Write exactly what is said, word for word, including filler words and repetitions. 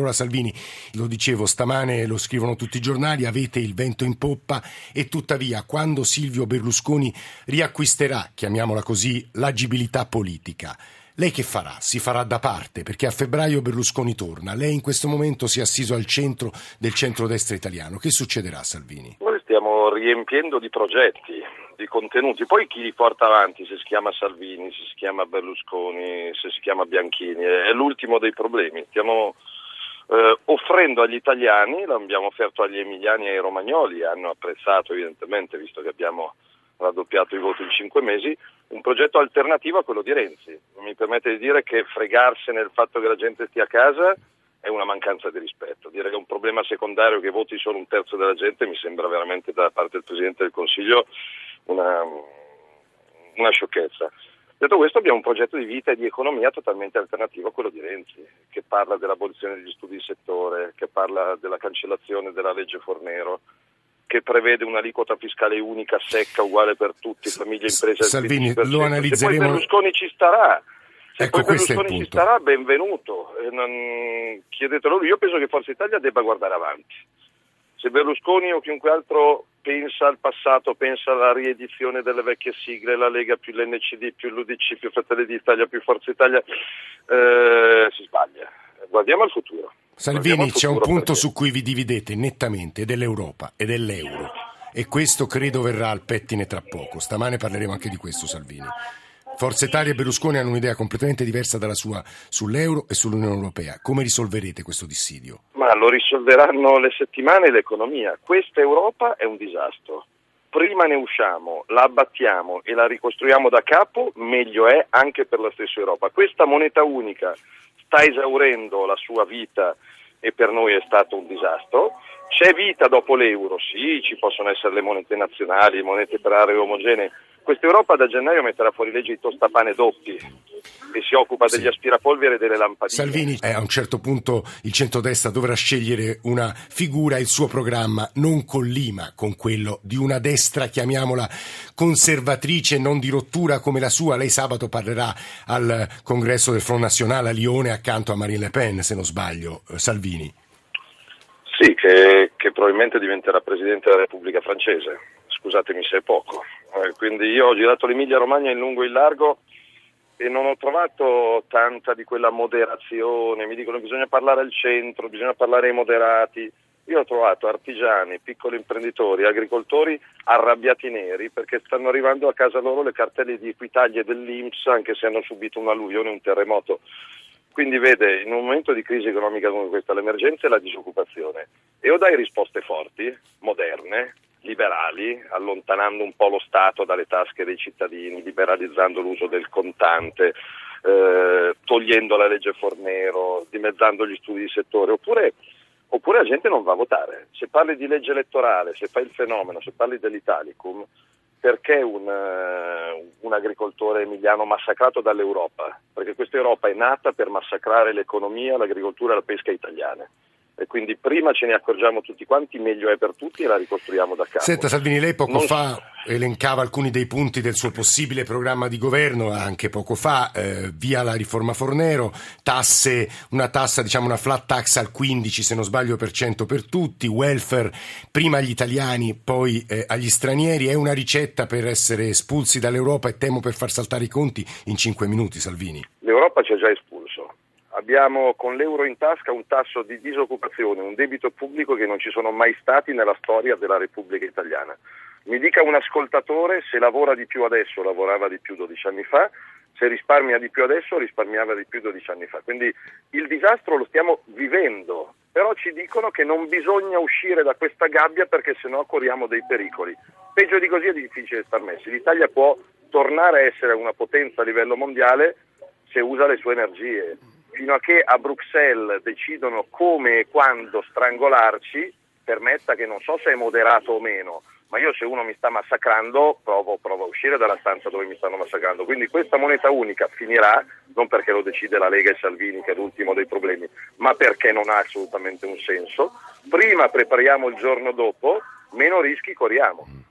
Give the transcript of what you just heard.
Allora Salvini, lo dicevo stamane, lo scrivono tutti i giornali, avete il vento in poppa e tuttavia quando Silvio Berlusconi riacquisterà, chiamiamola così, l'agibilità politica, lei che farà? Si farà da parte? Perché a febbraio Berlusconi torna. Lei in questo momento si è assiso al centro del centrodestra italiano. Che succederà, Salvini? Noi stiamo riempiendo di progetti, di contenuti. Poi chi li porta avanti, se si chiama Salvini, se si chiama Berlusconi, se si chiama Bianchini, è l'ultimo dei problemi. Stiamo eh, offrendo agli italiani, l'abbiamo offerto agli emiliani e ai romagnoli, hanno apprezzato evidentemente, visto che abbiamo raddoppiato i voti in cinque mesi, un progetto alternativo a quello di Renzi. Mi permette di dire che fregarsene del fatto che la gente stia a casa è una mancanza di rispetto. Dire che è un problema secondario che voti solo un terzo della gente mi sembra veramente da parte del Presidente del Consiglio una, una sciocchezza. Detto questo, abbiamo un progetto di vita e di economia totalmente alternativo a quello di Renzi, che parla dell'abolizione degli studi di settore, che parla della cancellazione della legge Fornero, che prevede un'aliquota fiscale unica secca uguale per tutti, famiglie e imprese. Salvini, lo analizzeremo. Se poi Berlusconi ci starà, se ecco, poi Berlusconi ci starà, benvenuto. E non... Chiedetelo lui. Io penso che Forza Italia debba guardare avanti. Se Berlusconi o chiunque altro pensa al passato, pensa alla riedizione delle vecchie sigle, la Lega più l'N C D più l'U D C più Fratelli d'Italia più Forza Italia, eh, si sbaglia. Guardiamo al futuro. Salvini, c'è un punto su cui vi dividete nettamente, dell'Europa e dell'euro, e questo credo verrà al pettine tra poco. Stamane parleremo anche di questo, Salvini. Forza Italia e Berlusconi hanno un'idea completamente diversa dalla sua sull'euro e sull'Unione Europea. Come risolverete questo dissidio? Ma lo risolveranno le settimane e l'economia. Questa Europa è un disastro. Prima ne usciamo, la abbattiamo e la ricostruiamo da capo, meglio è anche per la stessa Europa. Questa moneta unica sta esaurendo la sua vita e per noi è stato un disastro. C'è vita dopo l'euro, sì, ci possono essere le monete nazionali, monete per aree omogenee. Questa Europa da gennaio metterà fuori legge di tostapane doppi e si occupa degli sì. aspirapolvere e delle lampadine. Salvini, eh, a un certo punto il centrodestra dovrà scegliere una figura, il suo programma non collima con quello di una destra, chiamiamola conservatrice, non di rottura come la sua. Lei sabato parlerà al congresso del Front National a Lione accanto a Marine Le Pen, se non sbaglio, eh, Salvini. Sì, che, che probabilmente diventerà Presidente della Repubblica Francese. Scusatemi se è poco. Eh, quindi io ho girato l'Emilia Romagna in lungo e in largo e non ho trovato tanta di quella moderazione. Mi dicono che bisogna parlare al centro, bisogna parlare ai moderati. Io ho trovato artigiani, piccoli imprenditori, agricoltori arrabbiati neri perché stanno arrivando a casa loro le cartelle di Equitalia e dell'I N P S anche se hanno subito un'alluvione e un terremoto. Quindi vede, in un momento di crisi economica come questa, l'emergenza è la disoccupazione. E o dai risposte forti, moderne, liberali, allontanando un po' lo Stato dalle tasche dei cittadini, liberalizzando l'uso del contante, eh, togliendo la legge Fornero, dimezzando gli studi di settore, oppure, oppure la gente non va a votare. Se parli di legge elettorale, se fai il fenomeno, se parli dell'Italicum, perché un, uh, un agricoltore emiliano massacrato dall'Europa? Perché questa Europa è nata per massacrare l'economia, l'agricoltura e la pesca italiane. E quindi prima ce ne accorgiamo tutti quanti, meglio è per tutti e la ricostruiamo da capo. Senta Salvini, lei poco non... fa elencava alcuni dei punti del suo possibile programma di governo, anche poco fa, eh, via la riforma Fornero, tasse, una tassa, diciamo una flat tax al quindici se non sbaglio per cento per tutti, welfare prima agli italiani poi eh, agli stranieri. È una ricetta per essere espulsi dall'Europa e temo per far saltare i conti in cinque minuti, Salvini. L'Europa ci ha già espulso. Abbiamo con l'euro in tasca un tasso di disoccupazione, un debito pubblico che non ci sono mai stati nella storia della Repubblica Italiana. Mi dica un ascoltatore se lavora di più adesso, lavorava di più dodici anni fa, se risparmia di più adesso, risparmiava di più dodici anni fa. Quindi il disastro lo stiamo vivendo, però ci dicono che non bisogna uscire da questa gabbia perché sennò corriamo dei pericoli. Peggio di così è difficile star messi. L'Italia può tornare a essere una potenza a livello mondiale se usa le sue energie. Fino a che a Bruxelles decidono come e quando strangolarci, permetta che non so se è moderato o meno, ma io se uno mi sta massacrando provo, provo a uscire dalla stanza dove mi stanno massacrando. Quindi questa moneta unica finirà, non perché lo decide la Lega e Salvini, che è l'ultimo dei problemi, ma perché non ha assolutamente un senso. Prima prepariamo il giorno dopo, meno rischi corriamo.